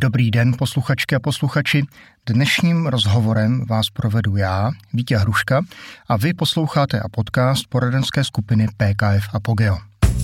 Dobrý den, posluchačky a posluchači. Dnešním rozhovorem vás provedu já, Vítě Hruška, a vy posloucháte podcast poradenské skupiny PKF Apogeo.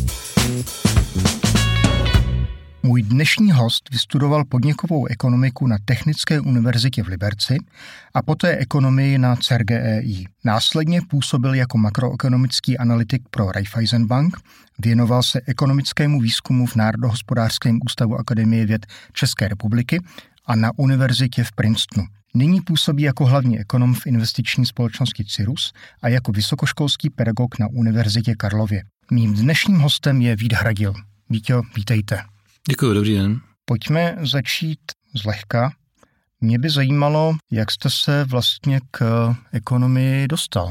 Můj dnešní host vystudoval podnikovou ekonomiku na Technické univerzitě v Liberci a poté ekonomii na CERGEI. Následně působil jako makroekonomický analytik pro Raiffeisenbank, věnoval se ekonomickému výzkumu v Národohospodářském ústavu Akademie věd České republiky a na univerzitě v Princetonu. Nyní působí jako hlavní ekonom v investiční společnosti Cyrrus a jako vysokoškolský pedagog na Univerzitě Karlově. Mým dnešním hostem je Vít Hradil. Víťo, vítejte. Děkuji, dobrý den. Pojďme začít zlehka. Mě by zajímalo, jak jste se vlastně k ekonomii dostal.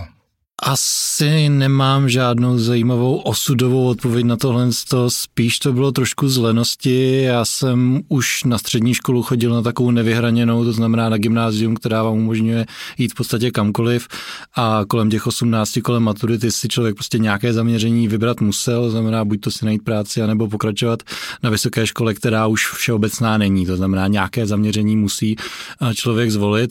Asi nemám žádnou zajímavou osudovou odpověď na tohle, spíš to bylo trošku z lenosti. Já jsem už na střední školu chodil na takovou nevyhraněnou, to znamená na gymnázium, která vám umožňuje jít v podstatě kamkoliv, a kolem těch 18, kolem maturity si člověk prostě nějaké zaměření vybrat musel, to znamená buď to si najít práci, anebo pokračovat na vysoké škole, která už všeobecná není, to znamená nějaké zaměření musí člověk zvolit.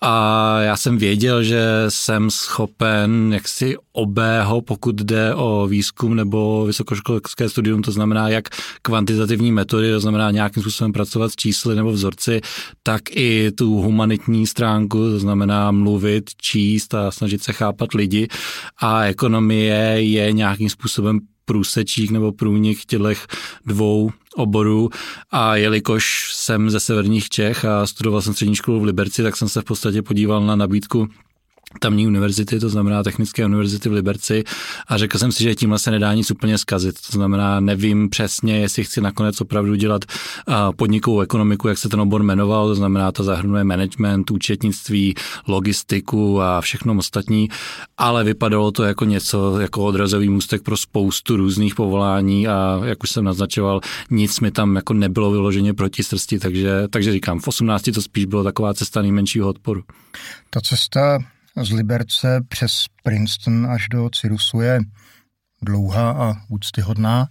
A já jsem věděl, že jsem schopen jaksi obého, pokud jde o výzkum nebo vysokoškolské studium, to znamená jak kvantitativní metody, to znamená nějakým způsobem pracovat s čísly nebo vzorci, tak i tu humanitní stránku, to znamená mluvit, číst a snažit se chápat lidi. A ekonomie je nějakým způsobem průsečík nebo průnik těchto dvou oborů, a jelikož jsem ze severních Čech a studoval jsem střední školu v Liberci, tak jsem se v podstatě podíval na nabídku tamní univerzity, to znamená Technické univerzity v Liberci, a řekl jsem si, že tímhle se nedá nic úplně zkazit. To znamená, nevím přesně, jestli chci nakonec opravdu dělat podnikovou ekonomiku, jak se ten obor jmenoval, to znamená, to zahrnuje management, účetnictví, logistiku a všechno ostatní, ale vypadalo to jako něco, jako odrazový můstek pro spoustu různých povolání, a jak už jsem naznačoval, nic mi tam jako nebylo vyloženě proti srsti, takže říkám, v 18 to spíš bylo taková cesta nejmenšího odporu. Ta cesta z Liberce přes Princeton až do Cyrrusu je dlouhá a úctyhodná.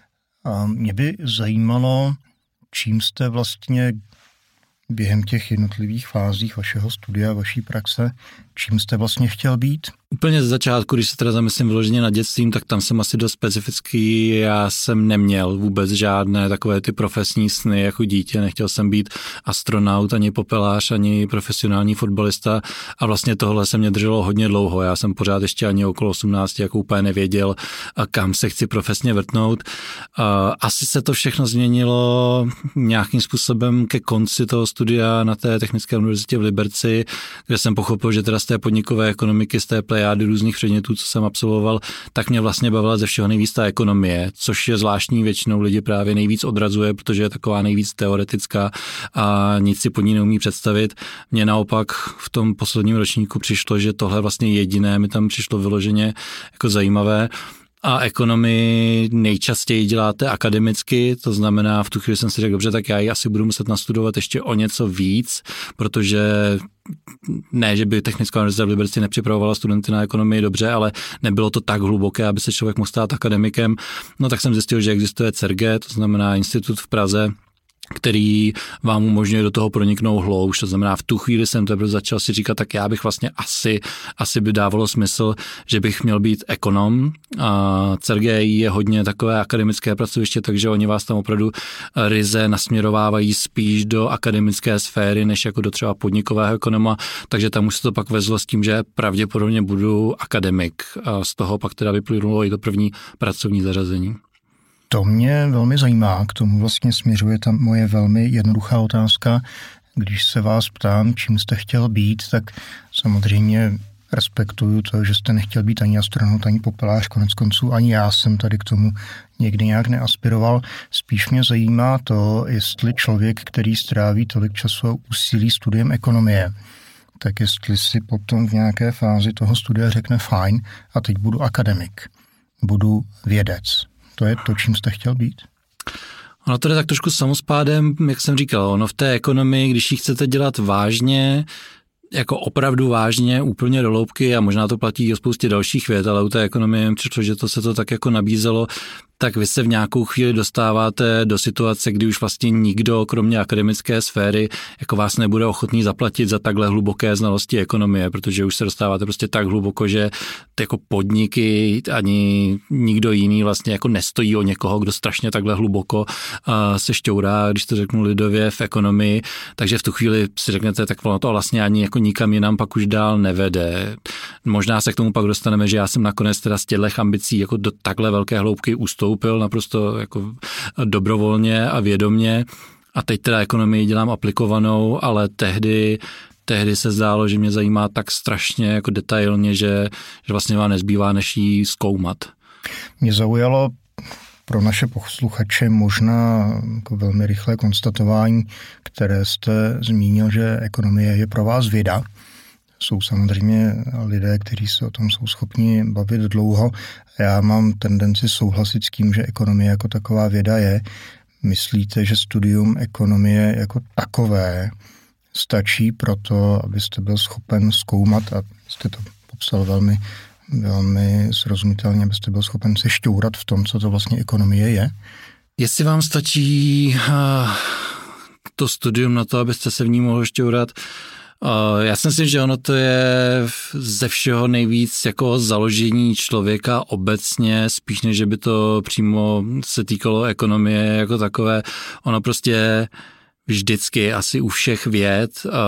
A mě by zajímalo, čím jste vlastně během těch jednotlivých fázích vašeho studia, vaší praxe, čím jste vlastně chtěl být? Úplně z začátku, když se teda zamyslím vyloženě nad dětstvím, tak tam jsem asi dost specifický. Já jsem neměl vůbec žádné takové ty profesní sny jako dítě. Nechtěl jsem být astronaut, ani popelář, ani profesionální fotbalista, a vlastně tohle se mě drželo hodně dlouho. Já jsem pořád ještě ani okolo 18 jako úplně nevěděl, kam se chci profesně vrtnout. Asi se to všechno změnilo nějakým způsobem ke konci toho studia na té Technické univerzitě v Liberci, kde jsem pochopil, že teda z té podnikové ekonomiky, z té plejády různých předmětů, co jsem absolvoval, tak mě vlastně bavila ze všeho nejvíc ta ekonomie, což je zvláštní, většinou lidi právě nejvíc odrazuje, protože je taková nejvíc teoretická a nic si pod ní neumí představit. Mně naopak v tom posledním ročníku přišlo, že tohle vlastně jediné mi tam přišlo vyloženě jako zajímavé. A ekonomii nejčastěji děláte akademicky, to znamená, v tu chvíli jsem si řekl, dobře, tak já ji asi budu muset nastudovat ještě o něco víc, protože ne, že by Technická univerzita v Liberci nepřipravovala studenty na ekonomii dobře, ale nebylo to tak hluboké, aby se člověk mohl stát akademikem. No tak jsem zjistil, že existuje CERGE, to znamená institut v Praze, který vám umožňuje do toho proniknout hloubš. To znamená, v tu chvíli jsem teprve začal si říkat, tak já bych vlastně asi by dávalo smysl, že bych měl být ekonom. A CERGEI je hodně takové akademické pracoviště, takže oni vás tam opravdu ryze nasměrovávají spíš do akademické sféry, než jako do třeba podnikového ekonoma, takže tam už se to pak vezlo s tím, že pravděpodobně budu akademik. A z toho pak teda vyplynulo i to první pracovní zařazení. To mě velmi zajímá, k tomu vlastně směřuje ta moje velmi jednoduchá otázka. Když se vás ptám, čím jste chtěl být, tak samozřejmě respektuju to, že jste nechtěl být ani astronaut, ani popelář, konec konců ani já jsem tady k tomu někdy nějak neaspiroval. Spíš mě zajímá to, jestli člověk, který stráví tolik času a úsilí studiem ekonomie, tak jestli si potom v nějaké fázi toho studia řekne fajn, a teď budu akademik, budu vědec. To je to, čím jste chtěl být? Ono to jde tak trošku samospádem, jak jsem říkal, ono v té ekonomii, když ji chcete dělat vážně, jako opravdu vážně, úplně do hloubky, a možná to platí o spoustě dalších věd, ale u té ekonomie přišlo, že to se to tak jako nabízelo, tak vy se v nějakou chvíli dostáváte do situace, kdy už vlastně nikdo, kromě akademické sféry, jako vás nebude ochotný zaplatit za takhle hluboké znalosti ekonomie, protože už se dostáváte prostě tak hluboko, že jako podniky ani nikdo jiný vlastně jako nestojí o někoho, kdo strašně takhle hluboko se šťourá, když to řeknu lidově, v ekonomii, takže v tu chvíli si řeknete, tak ono to vlastně ani jako nikam jinam pak už dál nevede. Možná se k tomu pak dostaneme, že já jsem nakonec teda z těchto ambicí jako do takhle velké hloubky ustoupil naprosto jako dobrovolně a vědomně a teď teda ekonomii dělám aplikovanou, ale tehdy se zdálo, že mě zajímá tak strašně jako detailně, že vlastně vám nezbývá, než jí zkoumat. Mě zaujalo pro naše posluchače možná jako velmi rychlé konstatování, které jste zmínil, že ekonomie je pro vás věda. Jsou samozřejmě lidé, kteří se o tom jsou schopni bavit dlouho. Já mám tendenci souhlasit s tím, že ekonomie jako taková věda je. Myslíte, že studium ekonomie jako takové stačí pro to, abyste byl schopen zkoumat, a jste to popsal velmi, velmi srozumitelně, abyste byl schopen se šťourat v tom, co to vlastně ekonomie je? Jestli vám stačí to studium na to, abyste se v ní mohl šťourat, já si myslím, že ono to je ze všeho nejvíc jako založení člověka obecně, spíš než že by to přímo se týkalo ekonomie jako takové. Ono prostě vždycky asi u všech věd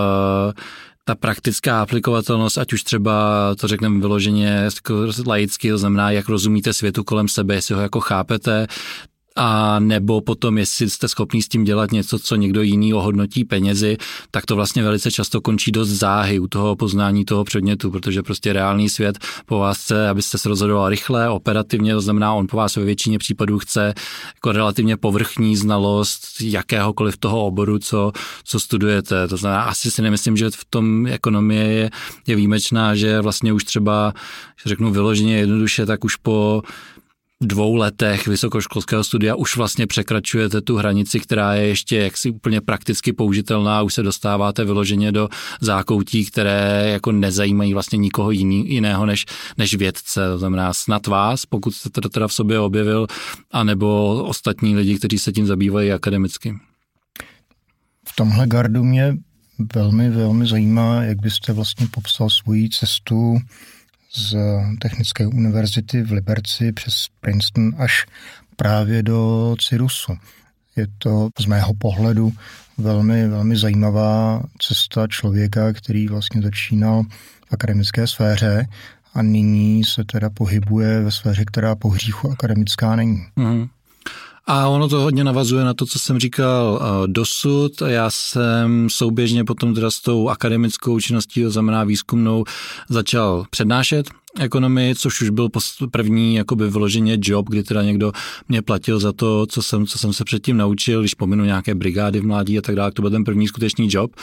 ta praktická aplikovatelnost, ať už třeba to řekneme vyloženě laicky, to znamená, jak rozumíte světu kolem sebe, jestli ho jako chápete, a nebo potom, jestli jste schopný s tím dělat něco, co někdo jiný ohodnotí penězi, tak to vlastně velice často končí dost záhy u toho poznání toho předmětu, protože prostě reálný svět po vás chce, abyste se rozhodoval rychle, operativně, to znamená, on po vás ve většině případů chce jako relativně povrchní znalost jakéhokoliv toho oboru, co studujete. To znamená, asi si nemyslím, že v tom ekonomie je výjimečná, že vlastně už třeba, řeknu vyloženě jednoduše, tak už po 2 letech vysokoškolského studia už vlastně překračujete tu hranici, která je ještě jaksi úplně prakticky použitelná, už se dostáváte vyloženě do zákoutí, které jako nezajímají vlastně nikoho jiného než vědce. To znamená snad vás, pokud jste to teda v sobě objevil, anebo ostatní lidi, kteří se tím zabývají akademicky. V tomhle gardu mě velmi, velmi zajímá, jak byste vlastně popsal svoji cestu z Technické univerzity v Liberci přes Princeton až právě do Cyrusu. Je to z mého pohledu velmi, velmi zajímavá cesta člověka, který vlastně začínal v akademické sféře a nyní se teda pohybuje ve sféře, která po hříchu akademická není. Mm. A ono to hodně navazuje na to, co jsem říkal dosud. Já jsem souběžně potom teda s tou akademickou činností, to znamená výzkumnou, začal přednášet ekonomii, což už byl první jakoby vyloženě job, kdy teda někdo mě platil za to, co jsem se předtím naučil, když pominu nějaké brigády v mládí a tak dále, to byl ten první skutečný job.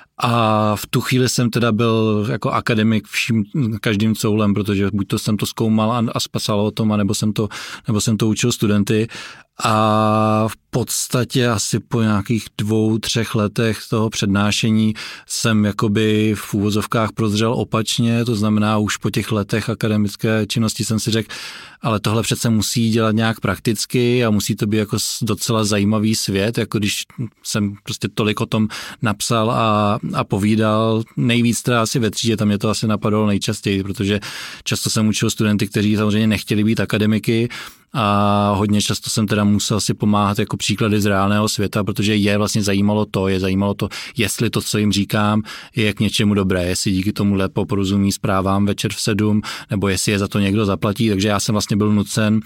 A v tu chvíli jsem teda byl jako akademik vším každým coulem, protože buď to jsem to zkoumal a spasal o tom, nebo jsem to učil studenty. A v podstatě asi po nějakých 2-3 letech toho přednášení jsem jakoby v úvozovkách prozřel opačně, to znamená už po těch letech akademické činnosti jsem si řekl, ale tohle přece musí dělat nějak prakticky a musí to být jako docela zajímavý svět, jako když jsem prostě tolik o tom napsal a povídal, nejvíc teda asi ve třídě, tam mě to asi napadalo nejčastěji, protože často jsem učil studenty, kteří samozřejmě nechtěli být akademiky, a hodně často jsem teda musel si pomáhat jako příklady z reálného světa, protože je vlastně zajímalo to, jestli to, co jim říkám, je k něčemu dobré, jestli díky tomu lépe porozumí zprávám večer v 7, nebo jestli je za to někdo zaplatí, takže já jsem vlastně byl nucen,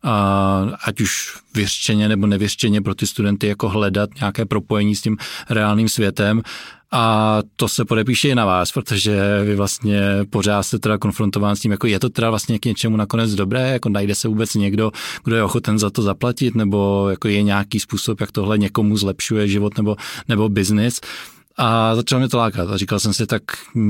ať už vyřčeně nebo nevyřčeně pro ty studenty jako hledat nějaké propojení s tím reálným světem. A to se podepíše i na vás, protože vy vlastně pořád jste teda konfrontován s tím, jako je to teda vlastně k něčemu nakonec dobré, jako najde se vůbec někdo, kdo je ochoten za to zaplatit, nebo jako je nějaký způsob, jak tohle někomu zlepšuje život nebo biznis. A začal mě to lákat a říkal jsem si, tak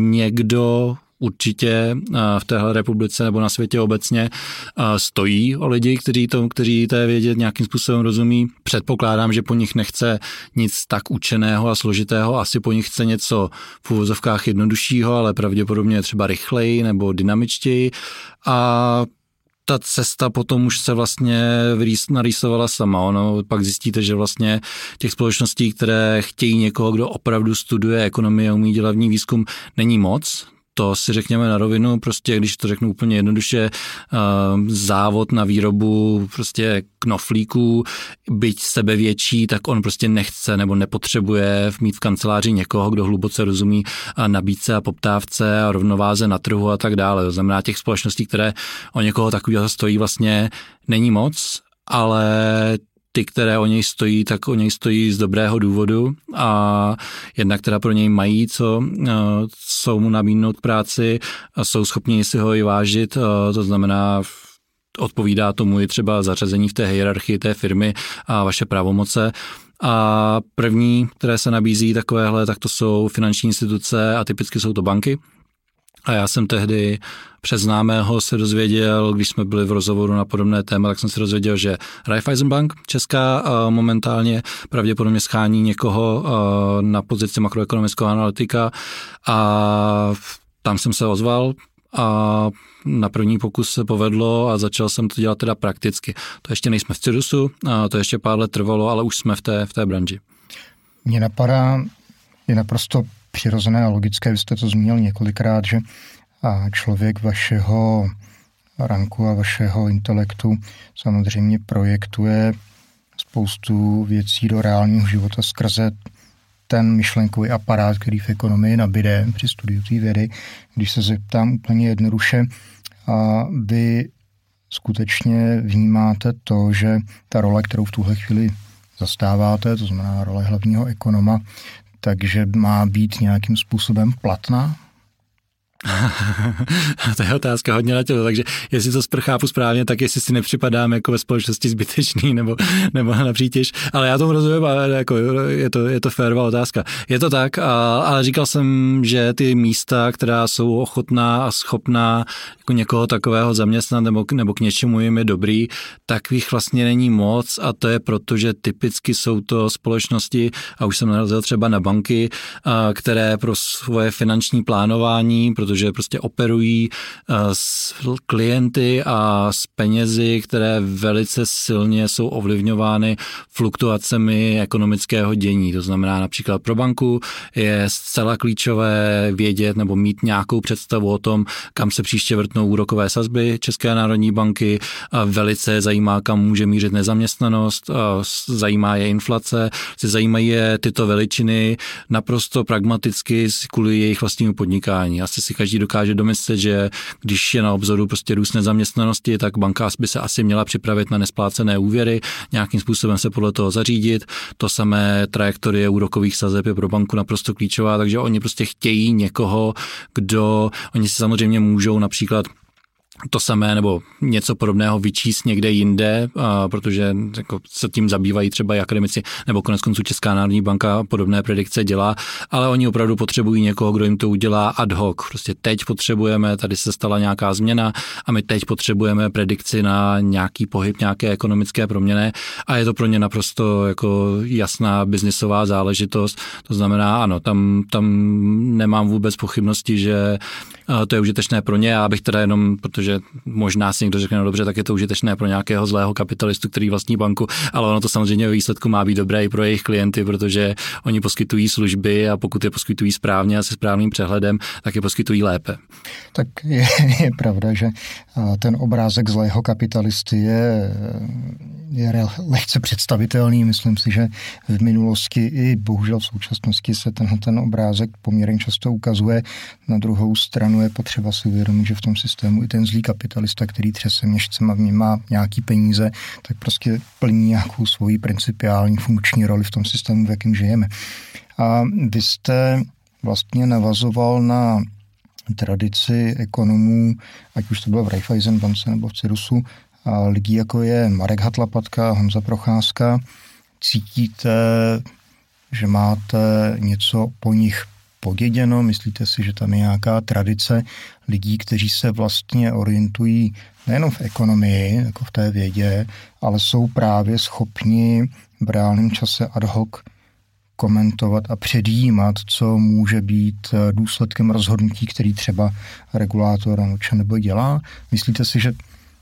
někdo určitě v téhle republice nebo na světě obecně stojí o lidi, kteří té vědě nějakým způsobem rozumí. Předpokládám, že po nich nechce nic tak učeného a složitého, asi po nich chce něco v uvozovkách jednoduššího, ale pravděpodobně třeba rychleji nebo dynamičtěji. A ta cesta potom už se vlastně narýsovala sama. Ono pak zjistíte, že vlastně těch společností, které chtějí někoho, kdo opravdu studuje ekonomii a umí dělat v ní výzkum, není moc. To si řekněme na rovinu, prostě když to řeknu úplně jednoduše, závod na výrobu prostě knoflíků, byť sebevětší, tak on prostě nechce nebo nepotřebuje mít v kanceláři někoho, kdo hluboce rozumí nabídce a poptávce a rovnováze na trhu a tak dále. To znamená, těch společností, které o někoho takového stojí, vlastně není moc, ale ty, které o něj stojí, tak o něj stojí z dobrého důvodu a jednak teda pro něj mají, co mu nabídnout práci a jsou schopni si ho i vážit, to znamená odpovídá tomu i třeba zařazení v té hierarchii té firmy a vaše pravomoce. A první, které se nabízí takovéhle, tak to jsou finanční instituce a typicky jsou to banky. A já jsem tehdy přes známého se dozvěděl, když jsme byli v rozhovoru na podobné téma, tak jsem se dozvěděl, že Raiffeisenbank česká momentálně pravděpodobně schání někoho na pozici makroekonomického analytika a tam jsem se ozval a na první pokus se povedlo a začal jsem to dělat teda prakticky. To ještě nejsme v Cirusu, to ještě pár let trvalo, ale už jsme v té branži. Mně napadá, je naprosto přirozené a logické, vy jste to zmínil několikrát, že člověk vašeho ranku a vašeho intelektu samozřejmě projektuje spoustu věcí do reálního života skrze ten myšlenkový aparát, který v ekonomii nabyde při studiu té vědy. Když se zeptám úplně jednoduše, a vy skutečně vnímáte to, že ta role, kterou v tuhle chvíli zastáváte, to znamená role hlavního ekonoma, takže má být nějakým způsobem platná? To je otázka hodně na tělo, takže jestli to chápu správně, tak jestli si nepřipadám jako ve společnosti zbytečný nebo na přítěž, ale já tomu rozumím, ale jako je to férová otázka. Je to tak, ale říkal jsem, že ty místa, která jsou ochotná a schopná jako někoho takového zaměstnat nebo k něčemu jim je dobrý, tak jich vlastně není moc a to je proto, že typicky jsou to společnosti, a už jsem narazil třeba na banky, které pro svoje finanční plánování, protože prostě operují s klienty a s penězi, které velice silně jsou ovlivňovány fluktuacemi ekonomického dění. To znamená například pro banku je zcela klíčové vědět nebo mít nějakou představu o tom, kam se příště vrtnou úrokové sazby České národní banky. Velice zajímá, kam může mířit nezaměstnanost, zajímá je inflace, zajímají je tyto veličiny naprosto pragmaticky kvůli jejich vlastnímu podnikání. Asi si každý dokáže domyslet, že když je na obzoru prostě růst nezaměstnanosti, tak banka by se asi měla připravit na nesplácené úvěry, nějakým způsobem se podle toho zařídit. To samé trajektorie úrokových sazeb je pro banku naprosto klíčová, takže oni prostě chtějí někoho, oni si samozřejmě můžou například to samé nebo něco podobného vyčíst někde jinde, protože jako se tím zabývají třeba i akademici, nebo koneckonců Česká národní banka podobné predikce dělá, ale oni opravdu potřebují někoho, kdo jim to udělá ad hoc. Prostě teď potřebujeme, tady se stala nějaká změna a my teď potřebujeme predikci na nějaký pohyb, nějaké ekonomické proměny a je to pro ně naprosto jako jasná biznisová záležitost. To znamená, ano, tam nemám vůbec pochybnosti, že to je užitečné pro ně, já bych teda jenom, protože možná si někdo řekne, no dobře, tak je to užitečné pro nějakého zlého kapitalistu, který vlastní banku, ale ono to samozřejmě ve výsledku má být dobré i pro jejich klienty, protože oni poskytují služby a pokud je poskytují správně a se správným přehledem, tak je poskytují lépe. Tak je pravda, že ten obrázek zlého kapitalisty je lehce představitelný. Myslím si, že v minulosti i bohužel v současnosti se ten obrázek poměrně často ukazuje. Na druhou stranu je potřeba si uvědomit, že v tom systému i ten zlý kapitalista, který třese měšcem a v něm má nějaký peníze, tak prostě plní nějakou svoji principiální funkční roli v tom systému, v jakém žijeme. A vy jste vlastně navazoval na tradici ekonomů, ať už to bylo v Raiffeisenbance nebo v Cirusu, a lidí jako je Marek Hatlapatka, Honza Procházka. Cítíte, že máte něco po nich poděděno? Myslíte si, že tam je nějaká tradice lidí, kteří se vlastně orientují nejenom v ekonomii, jako v té vědě, ale jsou právě schopni v reálném čase ad hoc komentovat a předjímat, co může být důsledkem rozhodnutí, který třeba regulátor nebo dělá? Myslíte si, že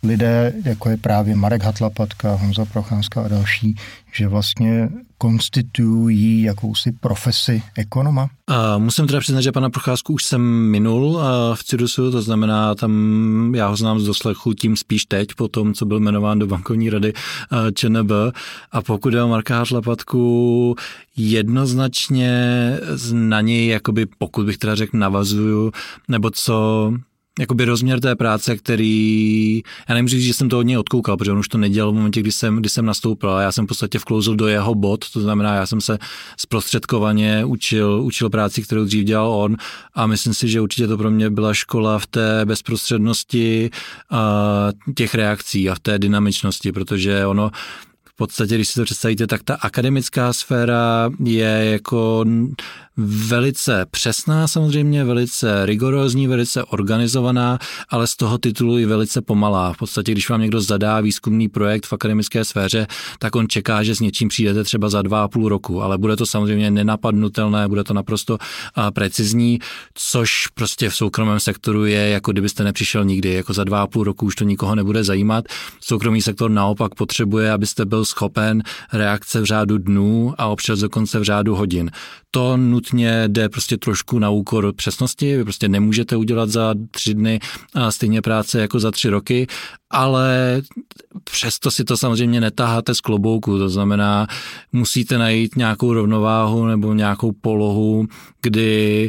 lidé, jako je právě Marek Hatlapatka, Honza Procházka a další, že vlastně konstituují jakousi profesi ekonoma? Musím teda přiznat, že pana Procházku už jsem minul v Cirusu, to znamená, tam já ho znám z doslechu tím spíš teď, po tom, co byl jmenován do bankovní rady ČNB. A pokud je o Marka Hatlapatku, jednoznačně na něj, jakoby, pokud bych teda řekl, navazuju, nebo co... jakoby rozměr té práce, který, já nemůžu říct, že jsem to od něj odkoukal, protože on už to nedělal v momentě, kdy jsem nastoupil, a já jsem v podstatě vklouzl do jeho bod, to znamená, já jsem se zprostředkovaně učil práci, kterou dřív dělal on, a myslím si, že určitě to pro mě byla škola v té bezprostřednosti těch reakcí a v té dynamičnosti, protože ono v podstatě, když si to představíte, tak ta akademická sféra je jako velice přesná samozřejmě, velice rigorózní, velice organizovaná, ale z toho titulu i velice pomalá. V podstatě, když vám někdo zadá výzkumný projekt v akademické sféře, tak on čeká, že s něčím přijdete třeba za 2,5 roku, ale bude to samozřejmě nenapadnutelné, bude to naprosto precizní, což prostě v soukromém sektoru je, jako kdybyste nepřišel nikdy, jako za 2,5 roku už to nikoho nebude zajímat. Soukromý sektor naopak potřebuje, abyste byl schopen reakce v řádu dnů a občas dokonce v řádu hodin. To nutně jde prostě trošku na úkor přesnosti, vy prostě nemůžete udělat za 3 dny stejně práce jako za 3 roky, ale přesto si to samozřejmě netáháte z klobouku, to znamená, musíte najít nějakou rovnováhu nebo nějakou polohu, kdy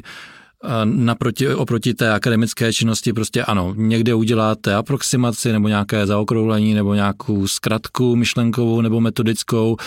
oproti té akademické činnosti prostě ano, někde uděláte aproximaci nebo nějaké zaokrouhlení nebo nějakou zkratku myšlenkovou nebo metodickou,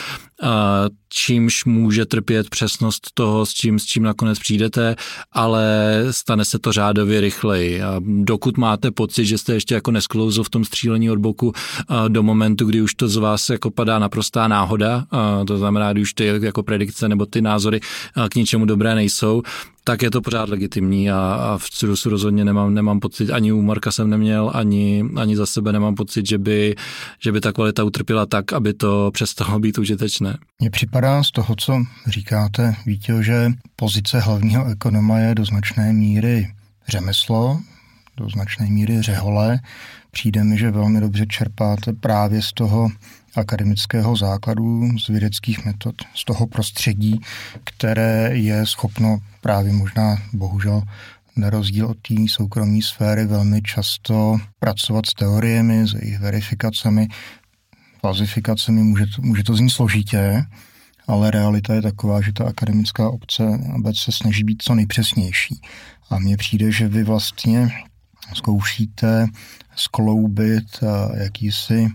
čímž může trpět přesnost toho, s čím nakonec přijdete, ale stane se to řádově rychleji. A dokud máte pocit, že jste ještě jako nesklouzl v tom střílení od boku do momentu, kdy už to z vás jako padá naprostá náhoda, to znamená, když už ty jako predikce nebo ty názory k ničemu dobré nejsou, tak je to pořád legitimní a v Cirusu rozhodně nemám pocit, ani u Marka jsem neměl, ani za sebe nemám pocit, že by ta kvalita utrpěla tak, aby to přestalo být užitečné. Mně připadá z toho, co říkáte, Vítěl, že pozice hlavního ekonoma je do značné míry řemeslo, do značné míry řehole. Přijde mi, že velmi dobře čerpáte právě z toho akademického základu, z vědeckých metod, z toho prostředí, které je schopno právě možná, bohužel, na rozdíl od té soukromé sféry velmi často pracovat s teoriemi, s jejich verifikacemi, falzifikacemi. Může to znít složitě, ale realita je taková, že ta akademická obec se snaží být co nejpřesnější. A mně přijde, že vy vlastně zkoušíte skloubit jakýsi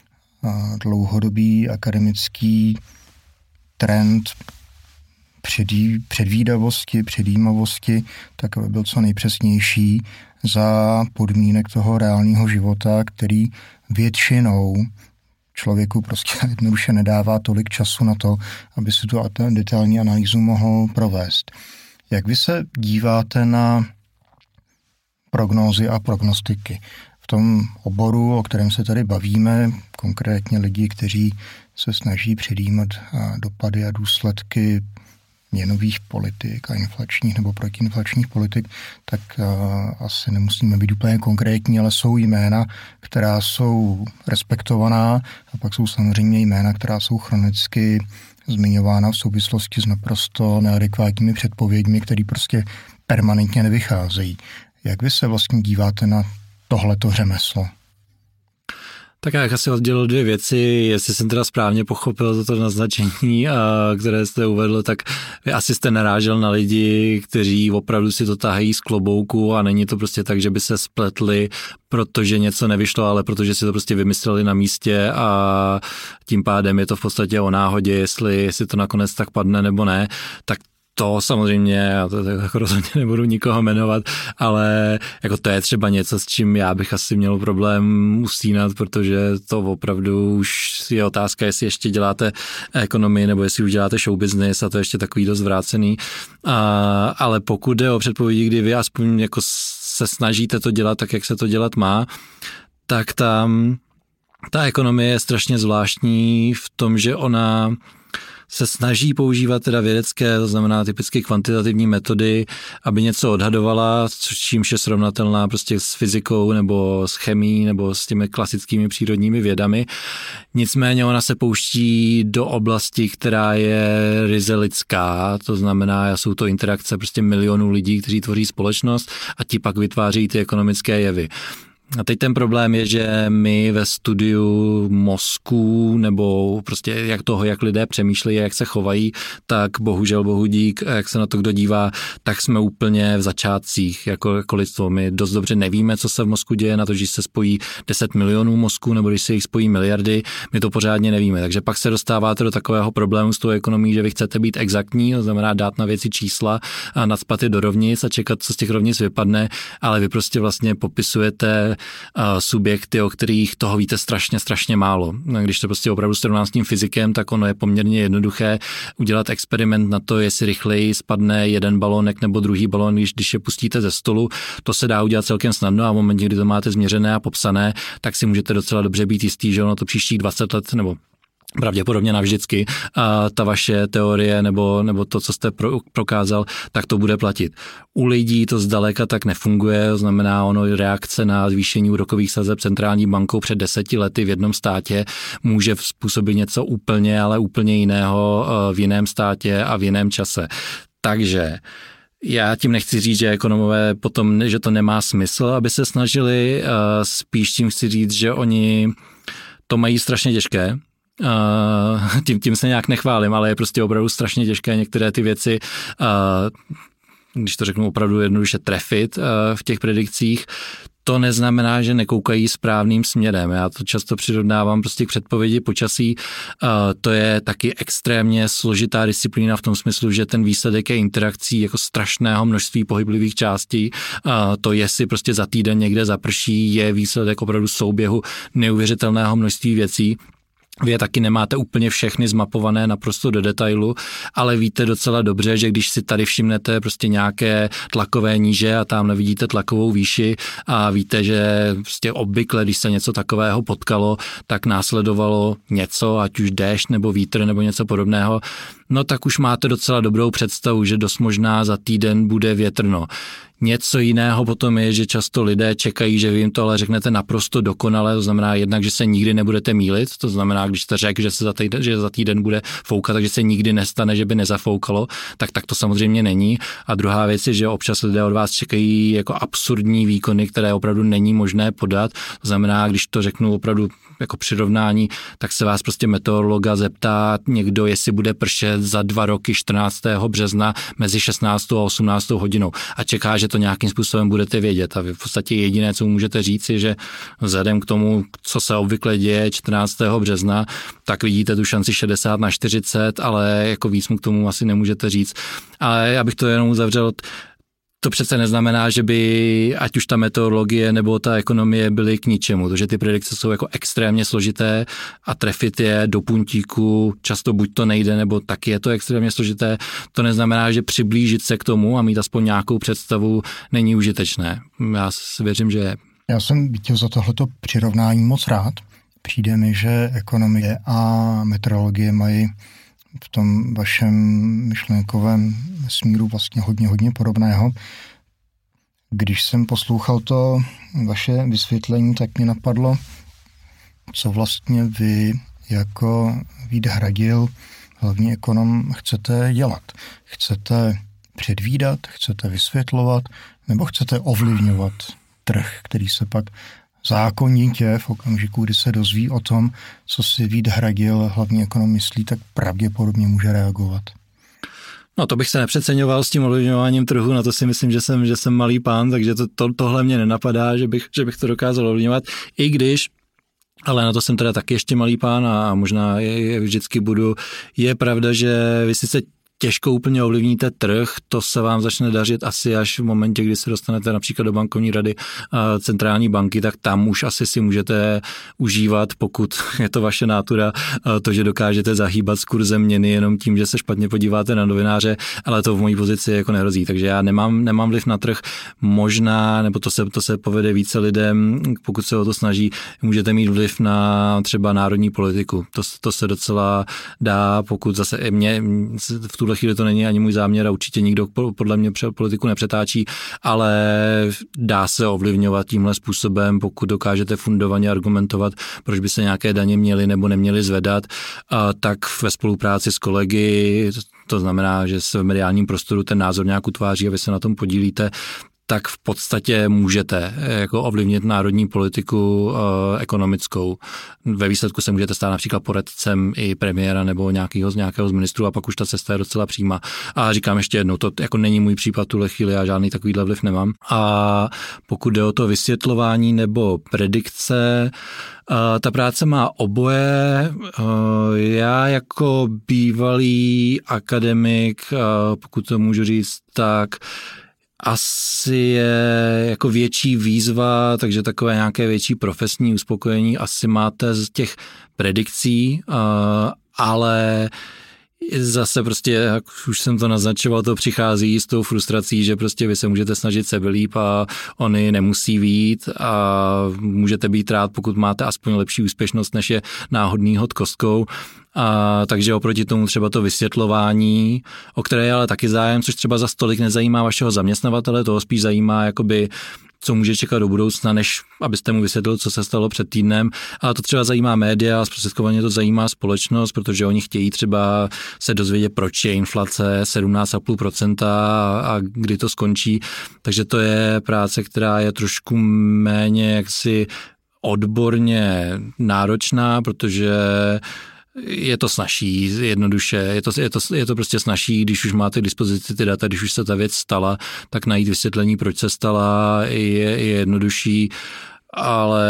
dlouhodobý akademický trend předvídavosti, předjímavosti, tak aby byl co nejpřesnější za podmínek toho reálného života, který většinou člověku prostě jednoduše nedává tolik času na to, aby si tu detailní analýzu mohl provést. Jak vy se díváte na prognózy a prognostiky? V tom oboru, o kterém se tady bavíme, konkrétně lidi, kteří se snaží předjímat dopady a důsledky měnových politik a inflačních nebo protiinflačních politik, tak asi nemusíme být úplně konkrétní, ale jsou jména, která jsou respektovaná, a pak jsou samozřejmě jména, která jsou chronicky zmiňována v souvislosti s naprosto neadekvátními předpověďmi, které prostě permanentně nevycházejí. Jak vy se vlastně díváte na tohleto řemeslo? Tak já asi oddělil 2 věci, jestli jsem teda správně pochopil to naznačení, které jste uvedl, tak vy asi jste narážel na lidi, kteří opravdu si to tahají z klobouku a není to prostě tak, že by se spletli, protože něco nevyšlo, ale protože si to prostě vymysleli na místě a tím pádem je to v podstatě o náhodě, jestli to nakonec tak padne nebo ne, tak to samozřejmě, já to jako rozhodně nebudu nikoho jmenovat, ale jako to je třeba něco, s čím já bych asi měl problém usínat, protože to opravdu už je otázka, jestli ještě děláte ekonomii nebo jestli už děláte show business a to je ještě takový dost zvrácený. Ale pokud jde o předpovědi, kdy vy aspoň jako se snažíte to dělat tak, jak se to dělat má, tak ta ekonomie je strašně zvláštní v tom, že ona se snaží používat teda vědecké, to znamená typicky kvantitativní metody, aby něco odhadovala, čímž je srovnatelná prostě s fyzikou nebo s chemií nebo s těmi klasickými přírodními vědami. Nicméně ona se pouští do oblasti, která je ryze lidská, to znamená, jsou to interakce prostě milionů lidí, kteří tvoří společnost a ti pak vytváří ty ekonomické jevy. A teď ten problém je, že my ve studiu mozku nebo prostě jak lidé přemýšlejí, jak se chovají, tak bohužel, bohu dík, jak se na to kdo dívá, tak jsme úplně v začátcích jako lidstvo. My dost dobře nevíme, co se v mozku děje, na to, že se spojí 10 milionů mozků nebo když se jich spojí miliardy, my to pořádně nevíme. Takže pak se dostáváte do takového problému s tou ekonomií, že vy chcete být exaktní, to znamená dát na věci čísla a nacpat je do rovnic a čekat, co z těch rovnic vypadne, ale vy prostě vlastně popisujete subjekty, o kterých toho víte strašně málo. Když to prostě opravdu srovnám s tím fyzikem, tak ono je poměrně jednoduché udělat experiment na to, jestli rychleji spadne jeden balónek nebo druhý balón, když je pustíte ze stolu. To se dá udělat celkem snadno a v momentě, kdy to máte změřené a popsané, tak si můžete docela dobře být jistý, že ono to příštích 20 let nebo pravděpodobně navždycky a ta vaše teorie nebo to, co jste prokázal, tak to bude platit. U lidí to zdaleka tak nefunguje, to znamená ono reakce na zvýšení úrokových sazeb centrální bankou před 10 lety v jednom státě může způsobit něco ale úplně jiného v jiném státě a v jiném čase. Takže já tím nechci říct, že ekonomové potom, že to nemá smysl, aby se snažili, spíš tím chci říct, že oni to mají strašně těžké. Tím se nějak nechválím, ale je prostě opravdu strašně těžké některé ty věci, když to řeknu opravdu jednoduše, trefit v těch predikcích. To neznamená, že nekoukají správným směrem. Já to často přirovnávám prostě k předpovědi počasí. To je taky extrémně složitá disciplína v tom smyslu, že ten výsledek je interakcí jako strašného množství pohyblivých částí. To, jestli prostě za týden někde zaprší, je výsledek opravdu souběhu neuvěřitelného množství věcí. Vy je taky nemáte úplně všechny zmapované naprosto do detailu, ale víte docela dobře, že když si tady všimnete prostě nějaké tlakové níže a tam vidíte tlakovou výši a víte, že prostě obvykle, když se něco takového potkalo, tak následovalo něco, ať už déšť nebo vítr nebo něco podobného, no tak už máte docela dobrou představu, že dost možná za týden bude větrno. Něco jiného potom je, že často lidé čekají, že vy jim to ale řeknete naprosto dokonale, to znamená jednak, že se nikdy nebudete mýlit, to znamená, když jste řekl, že za týden bude foukat, takže se nikdy nestane, že by nezafoukalo, tak to samozřejmě není. A druhá věc je, že občas lidé od vás čekají jako absurdní výkony, které opravdu není možné podat. To znamená, když to řeknu opravdu jako přirovnání, tak se vás prostě meteorologa zeptá někdo, jestli bude pršet za 2 roky 14. března mezi 16. a 18. hodinou a čeká, že to nějakým způsobem budete vědět. A vy v podstatě jediné, co můžete říct, je, že vzhledem k tomu, co se obvykle děje 14. března, tak vidíte tu šanci 60/40, ale jako víc mu k tomu asi nemůžete říct. Ale já bych to jenom uzavřel. To přece neznamená, že by ať už ta meteorologie nebo ta ekonomie byly k ničemu. To, že ty predikce jsou jako extrémně složité a trefit je do puntíku, často buď to nejde, nebo taky je to extrémně složité. To neznamená, že přiblížit se k tomu a mít aspoň nějakou představu není užitečné. Já věřím, že je. Já jsem chtěl za tohleto přirovnání moc rád. Přijde mi, že ekonomie a meteorologie mají v tom vašem myšlenkovém smíru vlastně hodně podobného. Když jsem poslouchal to vaše vysvětlení, tak mě napadlo, co vlastně vy jako Vít Hradil, hlavní ekonom, chcete dělat. Chcete předvídat, chcete vysvětlovat, nebo chcete ovlivňovat trh, který se pak zákonitě v okamžiku, kdy se dozví o tom, co si Vít Hradil, hlavní ekonom, myslí, tak pravděpodobně může reagovat. No to bych se nepřeceňoval s tím ovlivňováním trhu, na to si myslím, že jsem malý pán, takže tohle mě nenapadá, že bych to dokázal ovlivňovat, i když, ale na to jsem teda taky ještě malý pán a možná je vždycky budu. Je pravda, že vy sice těžko úplně ovlivníte trh, to se vám začne dařit asi až v momentě, kdy se dostanete například do bankovní rady centrální banky, tak tam už asi si můžete užívat, pokud je to vaše nátura, to, že dokážete zahýbat s kurzem měny jenom tím, že se špatně podíváte na novináře, ale to v mojí pozici jako nehrozí. Takže já nemám vliv na trh, možná, nebo to se povede více lidem, pokud se o to snaží, můžete mít vliv na třeba národní politiku. To se docela dá, pokud zase mě v tuhle chvíli to není ani můj záměr a určitě nikdo podle mě politiku nepřetáčí, ale dá se ovlivňovat tímhle způsobem, pokud dokážete fundovaně argumentovat, proč by se nějaké daně měly nebo neměly zvedat, tak ve spolupráci s kolegy, to znamená, že se v mediálním prostoru ten názor nějak utváří a vy se na tom podílíte, tak v podstatě můžete jako ovlivnit národní politiku ekonomickou. Ve výsledku se můžete stát například poradcem i premiéra nebo nějakého z ministrů a pak už ta cesta je docela přímá. A říkám ještě jednou, to jako není můj případ tuhle chvíli, já žádný takovýhle vliv nemám. A pokud jde o to vysvětlování nebo predikce, ta práce má oboje. Já jako bývalý akademik, pokud to můžu říct, tak asi je jako větší výzva, takže takové nějaké větší profesní uspokojení asi máte z těch predikcí, ale zase prostě, jak už jsem to naznačoval, to přichází s tou frustrací, že prostě vy se můžete snažit sebelíp a oni nemusí vyjít a můžete být rád, pokud máte aspoň lepší úspěšnost, než je náhodný hod kostkou. Takže oproti tomu třeba to vysvětlování, o které je ale taky zájem, což třeba za stolik nezajímá vašeho zaměstnavatele, toho spíš zajímá jakoby co může čekat do budoucna, než abyste mu vysvětlil, co se stalo před týdnem. Ale to třeba zajímá média, zprostředkovaně to zajímá společnost, protože oni chtějí třeba se dozvědět, proč je inflace 17,5% a kdy to skončí. Takže to je práce, která je trošku méně jaksi odborně náročná, protože je to snazší, jednoduše, je to prostě snazší, když už máte k dispozici ty data, když už se ta věc stala, tak najít vysvětlení, proč se stala, je jednodušší, ale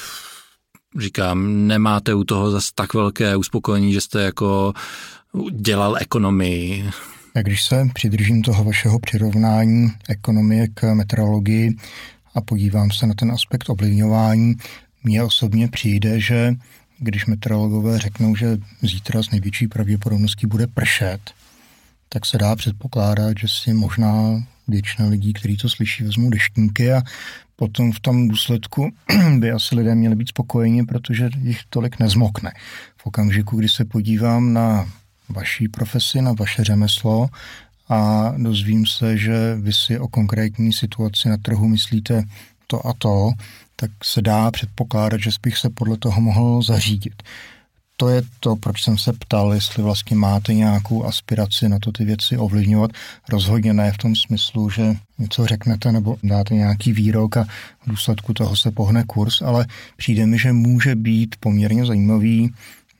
říkám, nemáte u toho zase tak velké uspokojení, že jste jako dělal ekonomii. A když se přidržím toho vašeho přirovnání ekonomie k meteorologii a podívám se na ten aspekt ovlivňování, mně osobně přijde, že když meteorologové řeknou, že zítra s největší pravděpodobností bude pršet, tak se dá předpokládat, že si možná většina lidí, kteří to slyší, vezmou deštníky a potom v tom důsledku by asi lidé měli být spokojeni, protože jich tolik nezmokne. V okamžiku, kdy se podívám na vaší profesi, na vaše řemeslo a dozvím se, že vy si o konkrétní situaci na trhu myslíte to a to, tak se dá předpokládat, že bych se podle toho mohl zařídit. To je to, proč jsem se ptal, jestli vlastně máte nějakou aspiraci na to ty věci ovlivňovat. Rozhodně ne v tom smyslu, že něco řeknete nebo dáte nějaký výrok a v důsledku toho se pohne kurz, ale přijde mi, že může být poměrně zajímavý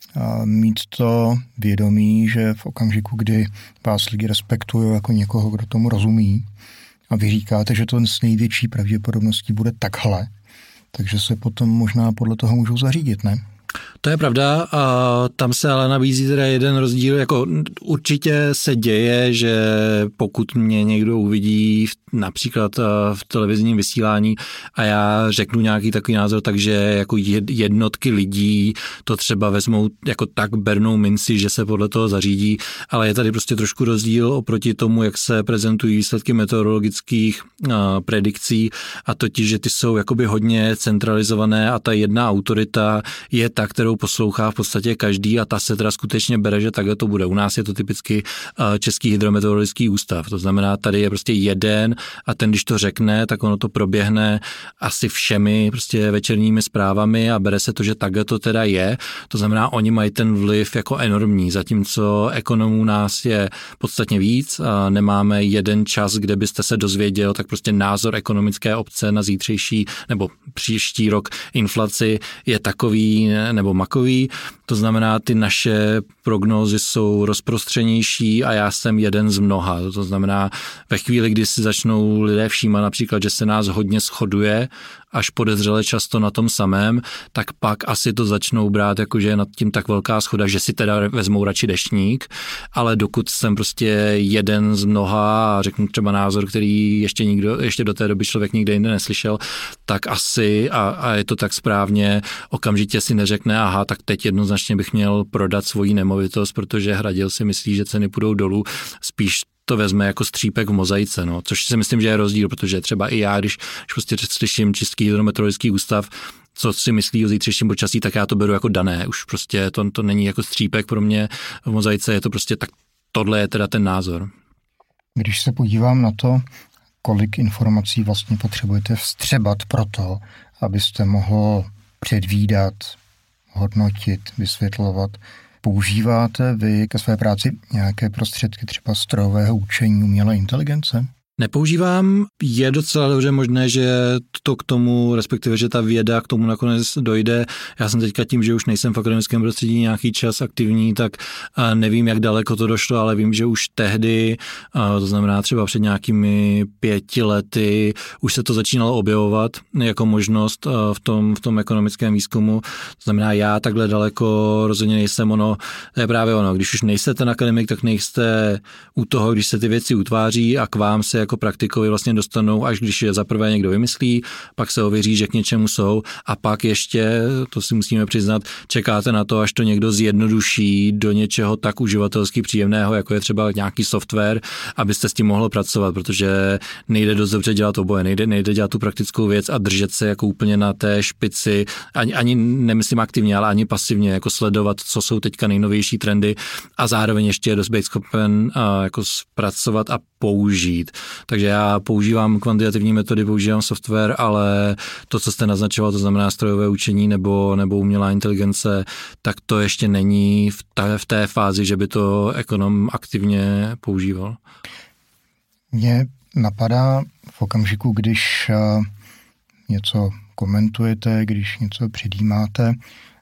mít to vědomí, že v okamžiku, kdy vás lidi respektují jako někoho, kdo tomu rozumí a vy říkáte, že to s největší pravděpodobností bude takhle, takže se potom možná podle toho můžou zařídit, ne? To je pravda a tam se ale nabízí teda jeden rozdíl, jako určitě se děje, že pokud mě někdo uvidí například v televizním vysílání a já řeknu nějaký takový názor, takže jako jednotky lidí to třeba vezmou jako tak bernou minci, že se podle toho zařídí, ale je tady prostě trošku rozdíl oproti tomu, jak se prezentují výsledky meteorologických predikcí a totiž, že ty jsou jakoby hodně centralizované a ta jedna autorita je ta, kterou poslouchá v podstatě každý a ta se teda skutečně bere, že takhle to bude. U nás je to typicky Český hydrometeorologický ústav, to znamená, tady je prostě jeden a ten, když to řekne, tak ono to proběhne asi všemi prostě večerními zprávami a bere se to, že takhle to teda je. To znamená, oni mají ten vliv jako enormní, zatímco ekonomů nás je podstatně víc. Nemáme jeden čas, kde byste se dozvěděl, tak prostě názor ekonomické obce na zítřejší nebo příští rok inflaci je takový nebo makový. To znamená, ty naše prognózy jsou rozprostřenější a já jsem jeden z mnoha. To znamená, ve chvíli, kdy si začnou lidé všímat například, že se nás hodně shoduje, až podezřele často na tom samém, tak pak asi to začnou brát, jakože je nad tím tak velká shoda, že si teda vezmou radši deštník, ale dokud jsem prostě jeden z mnoha a řeknu třeba názor, který ještě do té doby člověk nikde jinde neslyšel, tak asi, a je to tak správně, okamžitě si neřekne, aha, tak teď jednoznačně bych měl prodat svoji nemovitost, protože Hradil si myslí, že ceny půjdou dolů, spíš to vezme jako střípek v mozaice, no, což si myslím, že je rozdíl, protože třeba i já, když prostě slyším Český hydrometeorologický ústav, co si myslí o zítřejším počasí, tak já to beru jako dané. Už prostě to není jako střípek pro mě v mozaice, je to prostě tak, tohle je teda ten názor. Když se podívám na to, kolik informací vlastně potřebujete vstřebat pro to, abyste mohl předvídat, hodnotit, vysvětlovat, používáte vy ke své práci nějaké prostředky třeba strojového učení umělé inteligence? Nepoužívám, je docela dobře možné, že to k tomu, respektive, že ta věda k tomu nakonec dojde. Já jsem teďka tím, že už nejsem v akademickém prostředí nějaký čas aktivní, tak nevím, jak daleko to došlo, ale vím, že už tehdy, to znamená třeba před nějakými 5 lety, už se to začínalo objevovat jako možnost v tom ekonomickém výzkumu. To znamená, já takhle daleko rozhodně nejsem, to je právě ono. Když už nejste ten akademik, tak nejste u toho, když se ty věci utváří a k vám se jako praktikovi vlastně dostanou, až když je zaprvé někdo vymyslí, pak se ověří, že k něčemu jsou a pak ještě, to si musíme přiznat, čekáte na to, až to někdo zjednoduší do něčeho tak uživatelsky příjemného, jako je třeba nějaký software, abyste s tím mohli pracovat, protože nejde dost dobře dělat oboje, nejde dělat tu praktickou věc a držet se jako úplně na té špici, ani nemyslím aktivně, ale ani pasivně, jako sledovat, co jsou teďka nejnovější trendy a zároveň ještě dost být schopen jako zpracovat a použít. Takže já používám kvantitativní metody, používám software, ale to, co jste naznačoval, to znamená strojové učení nebo umělá inteligence, tak to ještě není v té fázi, že by to ekonom aktivně používal. Mě napadá v okamžiku, když něco komentujete, když něco předjímáte,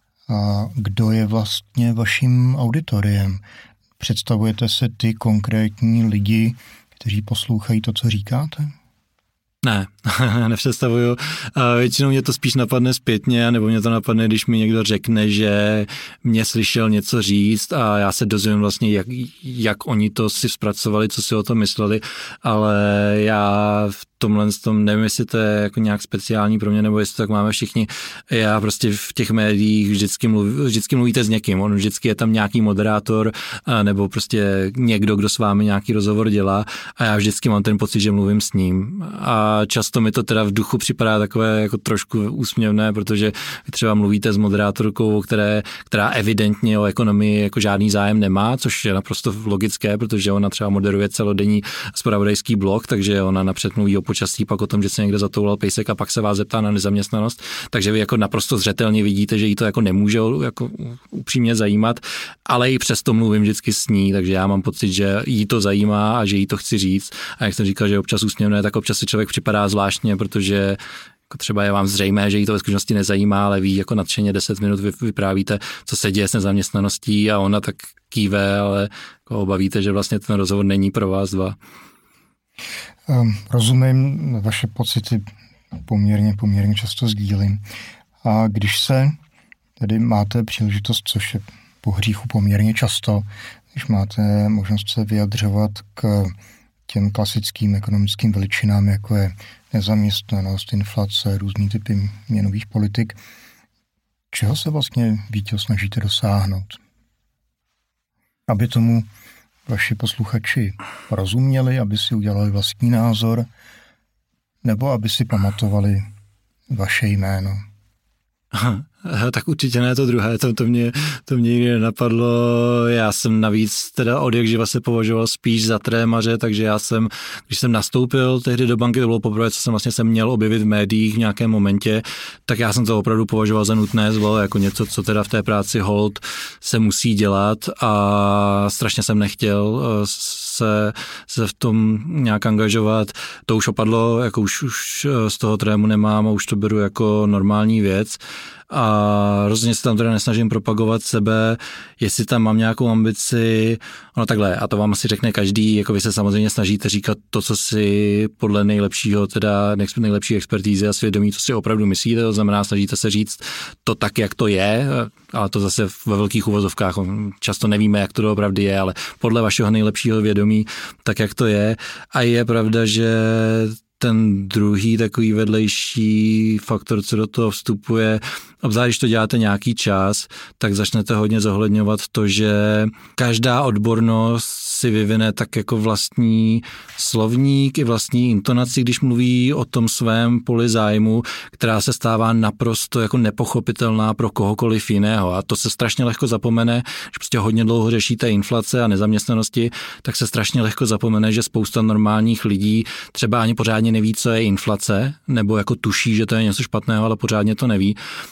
kdo je vlastně vaším auditoriem. Představujete se ty konkrétní lidi, kteří poslouchají to, co říkáte? Ne, nepředstavuju. Většinou mě to spíš napadne zpětně, nebo mě to napadne, když mi někdo řekne, že mě slyšel něco říct a já se dozvím vlastně, jak oni to si zpracovali, co si o tom mysleli, ale já v tomhle nevím, jestli to je jako nějak speciální pro mě, nebo jestli to tak máme všichni. Já prostě v těch médiích vždycky mluvíte s někým, vždycky je tam nějaký moderátor nebo prostě někdo, kdo s vámi nějaký rozhovor dělá a já vždycky mám ten pocit, že mluvím s ním. A často mi to teda v duchu připadá takové jako trošku úsměvné, protože vy třeba mluvíte s moderátorkou, která evidentně o ekonomii jako žádný zájem nemá, což je naprosto logické, protože ona třeba moderuje celodenní zpravodajský blog, takže ona napřed mluví o počasí, pak o tom, že se někde zatoulal pejsek a pak se vás zeptá na nezaměstnanost, takže vy jako naprosto zřetelně vidíte, že jí to jako nemůže jako upřímně zajímat, ale i přesto mluvím vždycky s ní, takže já mám pocit, že jí to zajímá a že jí to chci říct. A jak jsem říkal, že je občas úsměvné, tak občas si člověk připadá zvláštně, protože jako třeba je vám zřejmé, že jí to ve skutečnosti nezajímá, ale ví jako nadšeně 10 minut vyprávíte, co se děje s nezaměstnaností a ona tak kýve, ale jako obavíte, že vlastně ten rozhovor není pro vás dva. Rozumím, vaše pocity poměrně často sdílím. A když se tedy máte příležitost, což je po hříchu poměrně často, když máte možnost se vyjadřovat k těm klasickým ekonomickým veličinám, jako je nezaměstnanost, inflace, různý typy měnových politik, čeho se vlastně, Víťo, snažíte dosáhnout? Aby tomu vaši posluchači rozuměli, aby si udělali vlastní názor, nebo aby si pamatovali vaše jméno? Tak určitě ne to druhé, to mě nikdy nenapadlo. Já jsem navíc teda od jak živa se považoval spíš za trémaře, takže když jsem nastoupil tehdy do banky, to bylo poprvé, co jsem vlastně měl objevit v médiích v nějakém momentě, tak já jsem to opravdu považoval za nutné zlo, jako něco, co teda v té práci hold se musí dělat a strašně jsem nechtěl se v tom nějak angažovat. To už opadlo, jako už z toho trému nemám a už to beru jako normální věc. a rozhodně se tam teda nesnažím propagovat sebe, jestli tam mám nějakou ambici, ono takhle, a to vám asi řekne každý, jako vy se samozřejmě snažíte říkat to, co si podle nejlepší expertízy a svědomí, co si opravdu myslíte, to znamená, snažíte se říct to tak, jak to je, ale to zase ve velkých uvozovkách, často nevíme, jak to doopravdy je, ale podle vašeho nejlepšího vědomí, tak jak to je. A je pravda, že ten druhý takový vedlejší faktor, co do toho vstupuje, obzvlášť když to děláte nějaký čas, tak začnete hodně zohledňovat to, že každá odbornost si vyvine tak jako vlastní slovník i vlastní intonaci, když mluví o tom svém poli zájmu, která se stává naprosto jako nepochopitelná pro kohokoliv jiného. A to se strašně lehko zapomene, že prostě hodně dlouho řešíte inflace a nezaměstnanosti, tak se strašně lehko zapomene, že spousta normálních lidí třeba ani pořádně neví, co je inflace, nebo jako tuší, že to je něco špatného, ale pořádně to neví.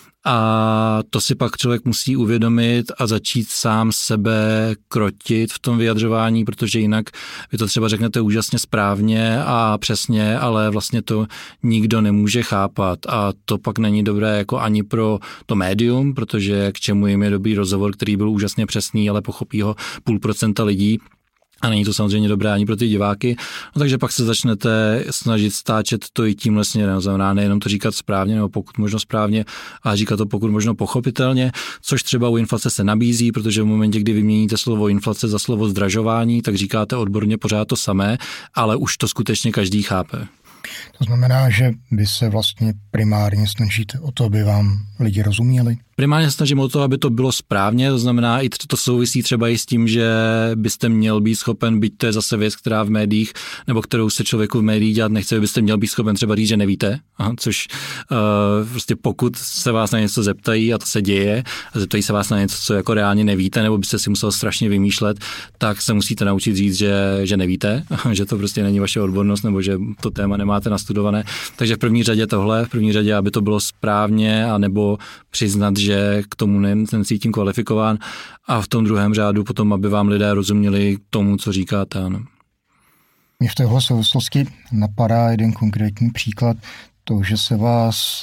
A to si pak člověk musí uvědomit a začít sám sebe krotit v tom vyjadřování, protože jinak vy to třeba řeknete úžasně správně a přesně, ale vlastně to nikdo nemůže chápat a to pak není dobré jako ani pro to médium, protože k čemu jim je dobrý rozhovor, který byl úžasně přesný, ale pochopí ho 0,5% lidí. A není to samozřejmě dobré ani pro ty diváky, no, takže pak se začnete snažit stáčet to i tímhle směrem, znamená nejenom to říkat správně nebo pokud možno správně, ale říkat to pokud možno pochopitelně, což třeba u inflace se nabízí, protože v momentě, kdy vyměníte slovo inflace za slovo zdražování, tak říkáte odborně pořád to samé, ale už to skutečně každý chápe. To znamená, že vy se vlastně primárně snažíte o to, aby vám lidi rozuměli? Primárně se snažím o to, aby to bylo správně, to znamená, i to souvisí třeba i s tím, že byste měl být schopen, byť to je zase věc, která v médiích, nebo kterou se člověku v médiích dělat nechce, byste měl být schopen třeba říct, že nevíte, což prostě pokud se vás na něco zeptají, a to se děje, a zeptají se vás na něco, co jako reálně nevíte, nebo byste si musel strašně vymýšlet, tak se musíte naučit říct, že nevíte, že to prostě není vaše odbornost, nebo že to téma nemáte nastudované. Takže v první řadě tohle, v první řadě, aby to bylo správně, anebo přiznat, že k tomu necítím kvalifikován a v tom druhém řádu potom, aby vám lidé rozuměli tomu, co říkáte. Ano. Mě v téhle souvislosti napadá jeden konkrétní příklad, to, že se vás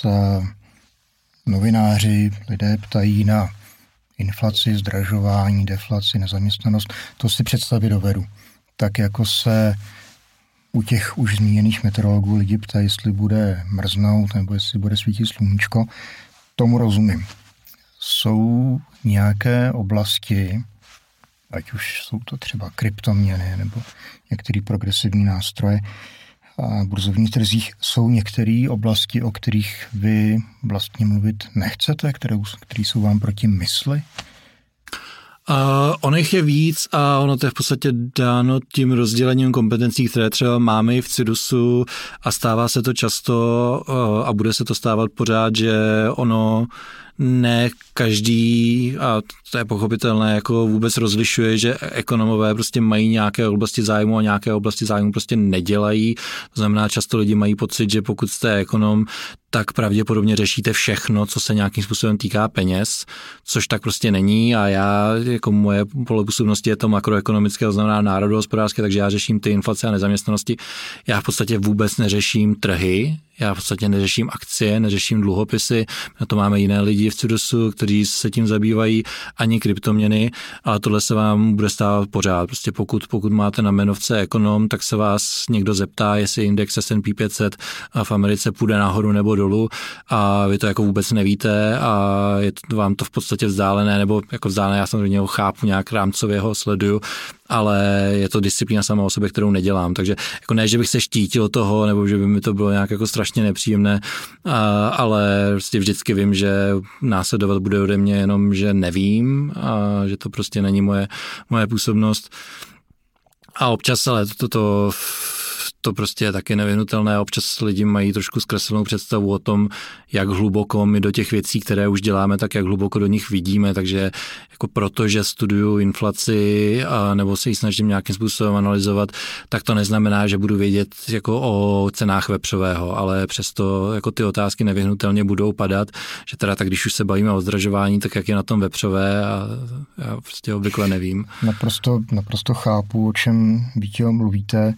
novináři, lidé ptají na inflaci, zdražování, deflaci, nezaměstnanost, to si představit dovedu. Tak jako se u těch už zmíněných meteorologů lidi ptají, jestli bude mrznout nebo jestli bude svítit sluníčko, tomu rozumím. Jsou nějaké oblasti, ať už jsou to třeba kryptoměny nebo některé progresivní nástroje a burzovních trzích, jsou některé oblasti, o kterých vy vlastně mluvit nechcete, které jsou vám proti mysli? Ono jich je víc a ono to je v podstatě dáno tím rozdělením kompetencí, které třeba máme i v CIDUSu a stává se to často a bude se to stávat pořád, že ono ne každý, a to je pochopitelné, jako vůbec rozlišuje, že ekonomové prostě mají nějaké oblasti zájmu a nějaké oblasti zájmu prostě nedělají. To znamená, často lidi mají pocit, že pokud jste ekonom, tak pravděpodobně řešíte všechno, co se nějakým způsobem týká peněz, což tak prostě není a já, jako moje pole působnosti je to makroekonomické, to znamená národohospodářské, takže já řeším ty inflace a nezaměstnanosti. Já v podstatě vůbec neřeším trhy, já v podstatě neřeším akcie, neřeším dluhopisy, na to máme jiné lidi v CIDUSu, kteří se tím zabývají, ani kryptoměny, ale tohle se vám bude stávat pořád. Prostě pokud máte na jmenovce ekonom, tak se vás někdo zeptá, jestli index S&P 500 v Americe půjde nahoru nebo dolů a vy to jako vůbec nevíte a je vám to v podstatě vzdálené, nebo jako vzdálené, já samozřejmě ho chápu, nějak rámcově ho sleduju, ale je to disciplína sama o sobě, kterou nedělám. Takže jako ne, že bych se štítil toho, nebo že by mi to bylo nějak jako strašně nepříjemné, ale prostě vždycky vím, že následovat bude ode mě jenom, že nevím a že to prostě není moje působnost. A občas, ale to prostě je taky nevyhnutelné. Občas lidi mají trošku zkreslenou představu o tom, jak hluboko my do těch věcí, které už děláme, tak jak hluboko do nich vidíme. Takže jako protože studuju inflaci a nebo se ji snažím nějakým způsobem analyzovat, tak to neznamená, že budu vědět jako o cenách vepřového, ale přesto jako ty otázky nevyhnutelně budou padat, že teda tak když už se bavíme o zdražování, tak jak je na tom vepřové a já prostě obvykle nevím. Naprosto chápu, o čem vy mluvíte.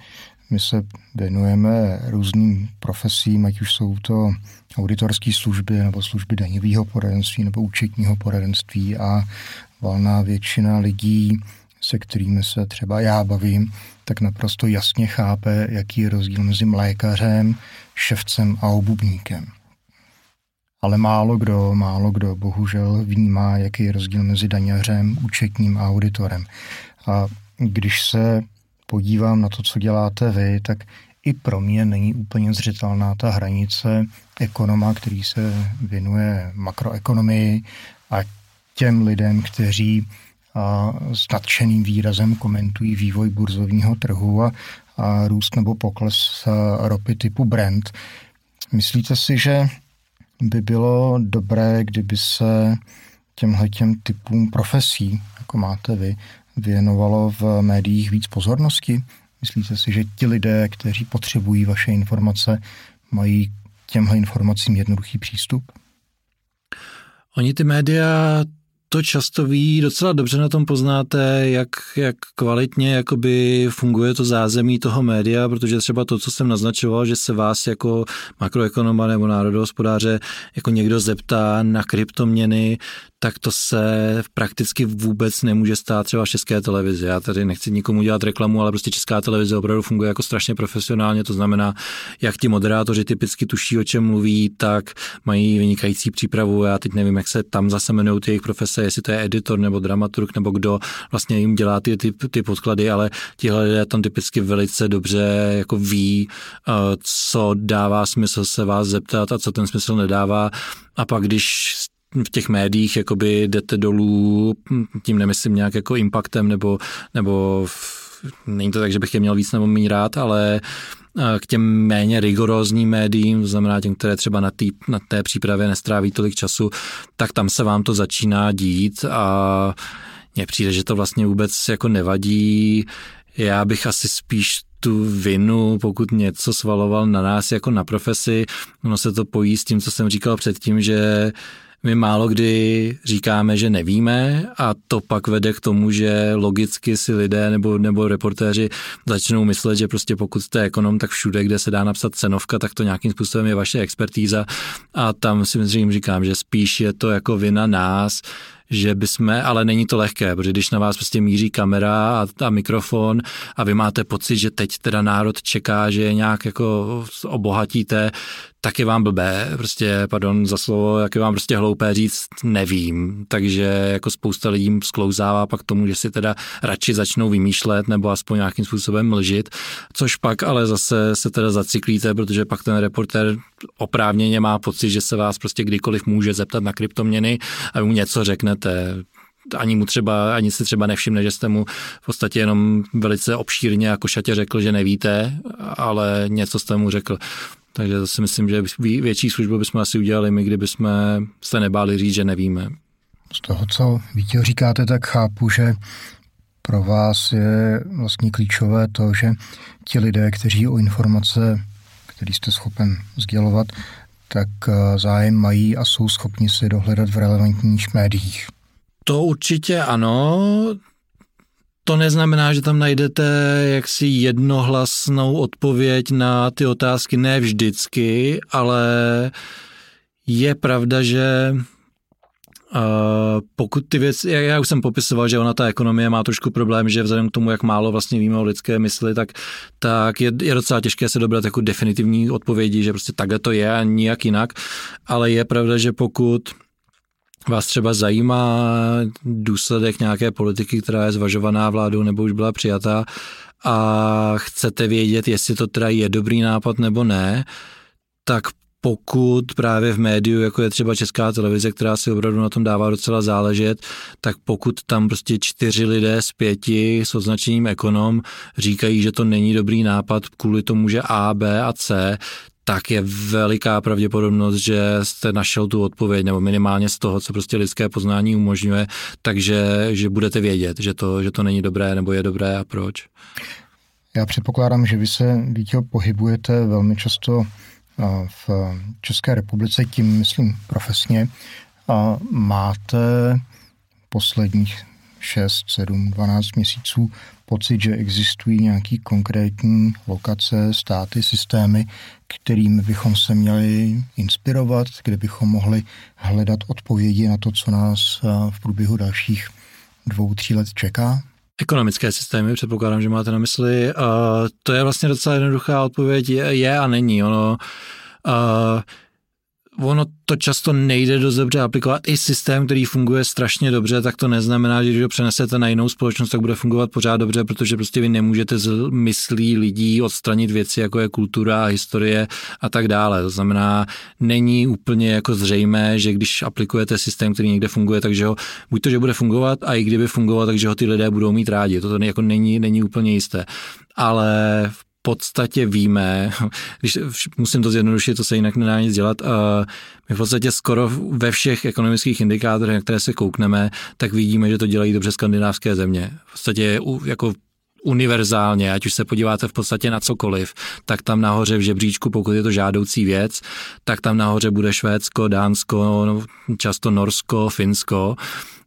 My se věnujeme různým profesím, ať už jsou to auditorské služby nebo služby daňového poradenství nebo účetního poradenství, a valná většina lidí, se kterými se třeba já bavím, tak naprosto jasně chápe, jaký je rozdíl mezi mlékařem, ševcem a obuvníkem. Ale málo kdo bohužel vnímá, jaký je rozdíl mezi daňařem, účetním a auditorem. A když se podívám na to, co děláte vy, tak i pro mě není úplně zřetelná ta hranice ekonoma, který se věnuje makroekonomii, a těm lidem, kteří s nadšeným výrazem komentují vývoj burzovního trhu a růst nebo pokles ropy typu Brent. Myslíte si, že by bylo dobré, kdyby se těmhletěm typům profesí, jako máte vy, věnovalo v médiích víc pozornosti? Myslíte si, že ti lidé, kteří potřebují vaše informace, mají k těmhle informacím jednoduchý přístup? Oni ty média to často ví, docela dobře na tom poznáte, jak kvalitně jakoby funguje to zázemí toho média, protože třeba to, co jsem naznačoval, že se vás jako makroekonoma nebo národohospodáře jako někdo zeptá na kryptoměny, tak to se prakticky vůbec nemůže stát třeba v České televizi. Já tady nechci nikomu dělat reklamu, ale prostě Česká televize opravdu funguje jako strašně profesionálně, to znamená, jak ti moderátoři typicky tuší, o čem mluví, tak mají vynikající přípravu. Já teď nevím, jak se tam zase jmenují ty jejich profese, jestli to je editor nebo dramaturg nebo kdo vlastně jim dělá ty podklady, ale tihle lidé tam typicky velice dobře jako ví, co dává smysl se vás zeptat a co ten smysl nedává. A pak když v těch médiích jakoby jdete dolů, tím nemyslím nějak jako impactem, nebo není to tak, že bych je měl víc nebo méně rád, ale k těm méně rigorózním médiím, to znamená těm, které třeba na té přípravě nestráví tolik času, tak tam se vám to začíná dít a mně přijde, že to vlastně vůbec jako nevadí. Já bych asi spíš tu vinu, pokud něco svaloval na nás jako na profesi, ono se to pojí s tím, co jsem říkal předtím, že my málo kdy říkáme, že nevíme, a to pak vede k tomu, že logicky si lidé nebo reportéři začnou myslet, že prostě pokud jste ekonom, tak všude, kde se dá napsat cenovka, tak to nějakým způsobem je vaše expertíza, a tam si říkám, že spíš je to jako vina nás, že bychom, ale není to lehké, protože když na vás prostě míří kamera a mikrofon a vy máte pocit, že teď teda národ čeká, že je nějak jako obohatíte, tak je vám blbé, prostě, pardon za slovo, jak je vám prostě hloupé říct nevím, takže jako spousta lidí sklouzává pak tomu, že si teda radši začnou vymýšlet nebo aspoň nějakým způsobem mlžit, což pak ale zase se teda zacyklíte, protože pak ten reportér oprávněně má pocit, že se vás prostě kdykoliv může zeptat na kryptoměny a vy mu něco řeknete. Ani si třeba nevšimne, že jste mu v podstatě jenom velice obšírně a košatě řekl, že nevíte, ale něco jste mu řekl. Takže to si myslím, že větší službu bychom asi udělali my, kdybychom se nebáli říct, že nevíme. Z toho, co Vítěho říkáte, tak chápu, že pro vás je vlastně klíčové to, že ti lidé, kteří o informace, který jste schopen sdělovat, tak zájem mají a jsou schopni si dohledat v relevantních médiích. To určitě ano. To neznamená, že tam najdete jaksi jednohlasnou odpověď na ty otázky, ne vždycky, ale je pravda, že pokud ty věci, já už jsem popisoval, že ona ta ekonomie má trošku problém, že vzhledem k tomu, jak málo vlastně víme o lidské mysli, tak je docela těžké se dobrat jako definitivní odpovědi, že prostě takhle to je a nijak jinak, ale je pravda, že pokud vás třeba zajímá důsledek nějaké politiky, která je zvažovaná vládou nebo už byla přijatá a chcete vědět, jestli to teda je dobrý nápad nebo ne, tak pokud právě v médiu, jako je třeba Česká televize, která si opravdu na tom dává docela záležet, tak pokud tam prostě 4 lidé z 5 s označením ekonom říkají, že to není dobrý nápad kvůli tomu, že A, B a C, tak je veliká pravděpodobnost, že jste našel tu odpověď, nebo minimálně z toho, co prostě lidské poznání umožňuje, takže že budete vědět, že to není dobré, nebo je dobré a proč. Já předpokládám, že vy se, Vítěho, pohybujete velmi často v České republice, tím myslím profesně, a máte posledních 6, 7, 12 měsíců pocit, že existují nějaký konkrétní lokace, státy, systémy, kterými bychom se měli inspirovat, kde bychom mohli hledat odpovědi na to, co nás v průběhu dalších 2-3 let čeká? Ekonomické systémy, předpokládám, že máte na mysli. To je vlastně docela jednoduchá odpověď, je a není. Ono to často nejde dost dobře aplikovat. I systém, který funguje strašně dobře, tak to neznamená, že když ho přenesete na jinou společnost, tak bude fungovat pořád dobře, protože prostě vy nemůžete z myslí lidí odstranit věci, jako je kultura, historie a tak dále. To znamená, není úplně jako zřejmé, že když aplikujete systém, který někde funguje, takže ho buď to, že bude fungovat, a i kdyby fungoval, takže ho ty lidé budou mít rádi. To jako není úplně jisté. Ale v podstatě víme, když musím to zjednodušit, to se jinak nedá nic dělat, my v podstatě skoro ve všech ekonomických indikátorech, na které se koukneme, tak vidíme, že to dělají dobře skandinávské země. V podstatě jako univerzálně, ať už se podíváte v podstatě na cokoliv, tak tam nahoře v žebříčku, pokud je to žádoucí věc, tak tam nahoře bude Švédsko, Dánsko, často Norsko, Finsko.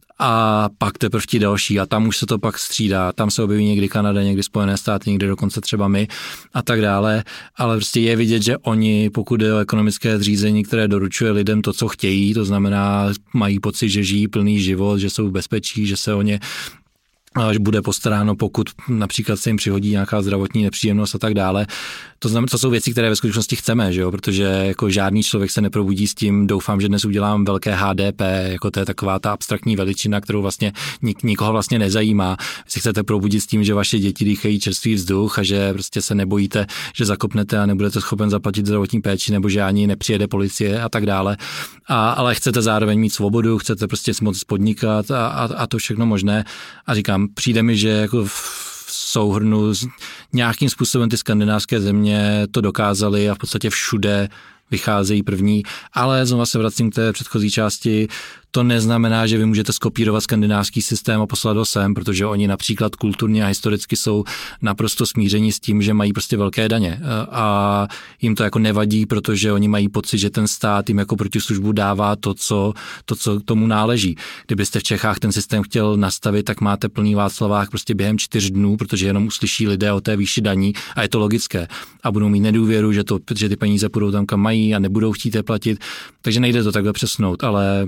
A pak teprve ti další a tam už se to pak střídá, tam se objeví někdy Kanada, někdy Spojené státy, někdy dokonce třeba my a tak dále, ale prostě je vidět, že oni, pokud je o ekonomické zřízení, které doručuje lidem to, co chtějí, to znamená, mají pocit, že žijí plný život, že jsou v bezpečí, že se o ně až bude postaráno, pokud například se jim přihodí nějaká zdravotní nepříjemnost a tak dále. To znamená, to jsou věci, které ve skutečnosti chceme, že jo? Protože jako žádný člověk se neprobudí s tím, doufám, že dnes udělám velké HDP, jako to je taková ta abstraktní veličina, kterou vlastně nikoho vlastně nezajímá. Vy si chcete probudit s tím, že vaše děti dýchají čerstvý vzduch a že prostě se nebojíte, že zakopnete a nebudete schopen zaplatit zdravotní péči, nebo že ani nepřijede policie a tak dále. Ale chcete zároveň mít svobodu, chcete prostě moc podnikat a to všechno možné. A říkám, přijde mi, že jako v souhrnu nějakým způsobem ty skandinávské země to dokázaly a v podstatě všude vycházejí první, ale znovu se vracím k té předchozí části, to neznamená, že vy můžete skopírovat skandinávský systém a poslat ho sem, protože oni například kulturně a historicky jsou naprosto smíření s tím, že mají prostě velké daně a jim to jako nevadí, protože oni mají pocit, že ten stát jim jako protislužbu dává to, co tomu náleží. Kdybyste v Čechách ten systém chtěl nastavit, tak máte plný Václavák prostě během 4 dnů, protože jenom uslyší lidé o té výši daní a je to logické. A budou mít nedůvěru, že ty peníze půjdou tam, kam mají a nebudou chtít je platit. Takže nejde to takhle přesnout, ale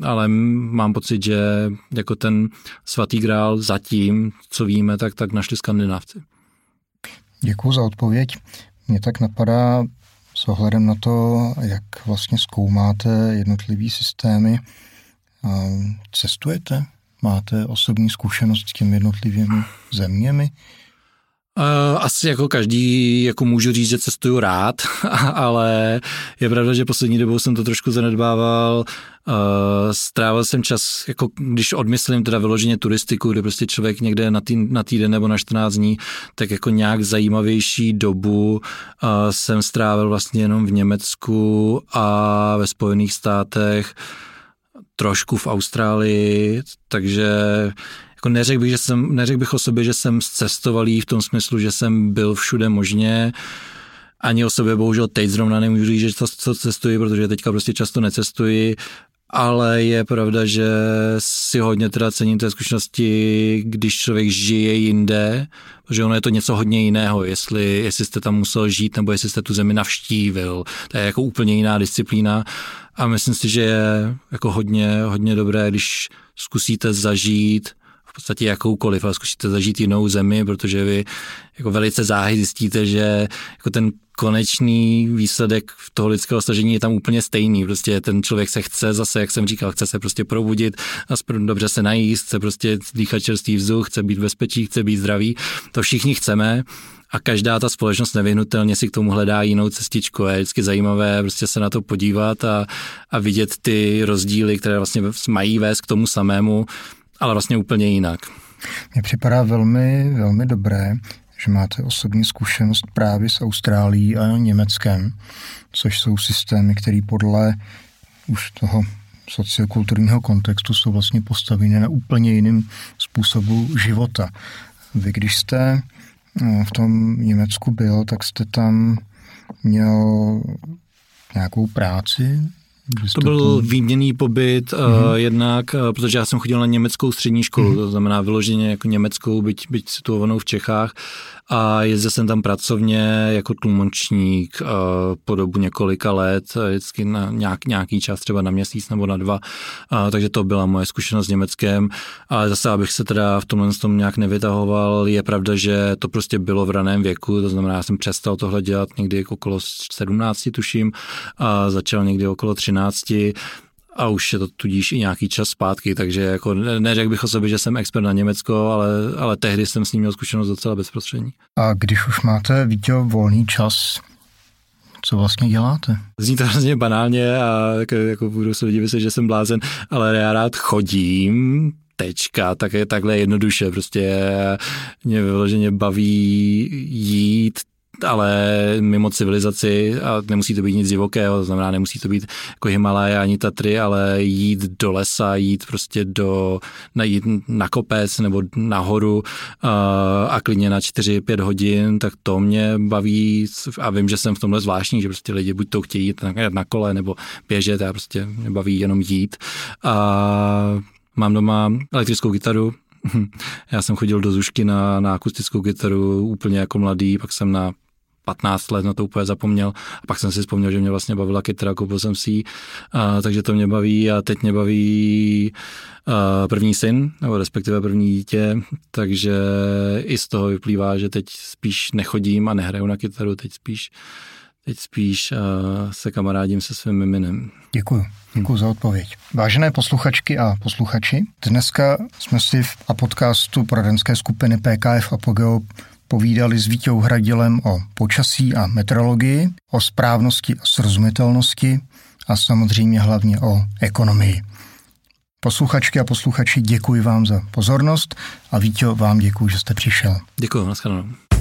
mám pocit, že jako ten svatý grál zatím, co víme, tak našli Skandinávci. Děkuji za odpověď. Mě tak napadá s ohledem na to, jak vlastně zkoumáte jednotlivý systémy. Cestujete? Máte osobní zkušenost s těmi jednotlivými zeměmi? Asi jako každý, jako můžu říct, že cestuju rád, ale je pravda, že poslední dobou jsem to trošku zanedbával. Strávil jsem čas, jako když odmyslím teda vyloženě turistiku, kde prostě člověk někde na týden nebo na 14 dní, tak jako nějak zajímavější dobu jsem strávil vlastně jenom v Německu a ve Spojených státech, trošku v Austrálii, takže jako neřekl bych o sobě, že jsem zcestovalý v tom smyslu, že jsem byl všude možně. Ani o sobě bohužel teď zrovna nemůžu říct, že co cestuji, protože teďka prostě často necestuji, ale je pravda, že si hodně teda cením té zkušenosti, když člověk žije jinde, protože ono je to něco hodně jiného, jestli jste tam musel žít, nebo jestli jste tu zemi navštívil. To je jako úplně jiná disciplína a myslím si, že je jako hodně dobré, když zkusíte zažít v podstatě jakoukoliv, ale zkusíte zažít jinou zemi, protože vy jako velice záhy zjistíte, že jako ten konečný výsledek toho lidského stažení je tam úplně stejný. Prostě ten člověk se chce zase, jak jsem říkal, chce se prostě probudit, dobře se najíst, chce prostě dýchat čerstvý vzduch, chce být v bezpečí, chce být zdravý. To všichni chceme. A každá ta společnost nevyhnutelně si k tomu hledá jinou cestičku. Je vždycky zajímavé prostě se na to podívat a vidět ty rozdíly, které vlastně mají vést k tomu samému, ale vlastně úplně jinak. Mně připadá velmi, velmi dobré, že máte osobní zkušenost právě s Austrálií a Německem, což jsou systémy, které podle už toho sociokulturního kontextu jsou vlastně postaveny na úplně jiným způsobu života. Vy, když jste v tom Německu byl, tak jste tam měl nějakou práci To byl výměnný pobyt jednak, protože já jsem chodil na německou střední školu, to znamená vyloženě jako německou, byť situovanou v Čechách, a jezdil jsem tam pracovně jako tlumočník po dobu několika let, vždycky na nějaký čas, třeba na měsíc nebo na 2, takže to byla moje zkušenost s Německem, ale zase, abych se teda v tomhle tom nějak nevytahoval, je pravda, že to prostě bylo v raném věku, to znamená, já jsem přestal tohle dělat někdy okolo 17, tuším, a začal někdy okolo 13, a už je to tudíž i nějaký čas zpátky, takže jako neřekl bych o sobě, že jsem expert na Německo, ale tehdy jsem s ním měl zkušenost docela bezprostřední. A když už máte, Víťo, volný čas, co vlastně děláte? Zní to hrozně banálně a jako budu se lidi myslet, že jsem blázen, ale já rád chodím, tak je takhle jednoduše, prostě mě vyloženě baví jít, ale mimo civilizaci, a nemusí to být nic divokého, to znamená, nemusí to být jako Himalája ani Tatry, ale jít do lesa, jít prostě jít na kopec nebo nahoru a klidně na 4-5 hodin, tak to mě baví a vím, že jsem v tomhle zvláštní, že prostě lidi buď to chtějí jít na kole nebo běžet, já prostě mě baví jenom jít. A mám doma elektrickou kytaru. Já jsem chodil do Zušky na akustickou kytaru úplně jako mladý, pak jsem na 15 let na to úplně zapomněl a pak jsem si vzpomněl, že mě vlastně bavila kytara, koupil jsem si ji, takže to mě baví a teď mě baví první syn, nebo respektive první dítě, takže i z toho vyplývá, že teď spíš nechodím a nehraju na kytaru, teď spíš se kamarádím se svým miminem. Děkuji za odpověď. Vážené posluchačky a posluchači, dneska jsme si v podcastu poradenské skupiny PKF Apogeo povídali s Víťou Hradilem o počasí a meteorologii, o správnosti a srozumitelnosti a samozřejmě hlavně o ekonomii. Posluchačky a posluchači, děkuji vám za pozornost a Víťo, vám děkuji, že jste přišel. Děkuji, nashledanou.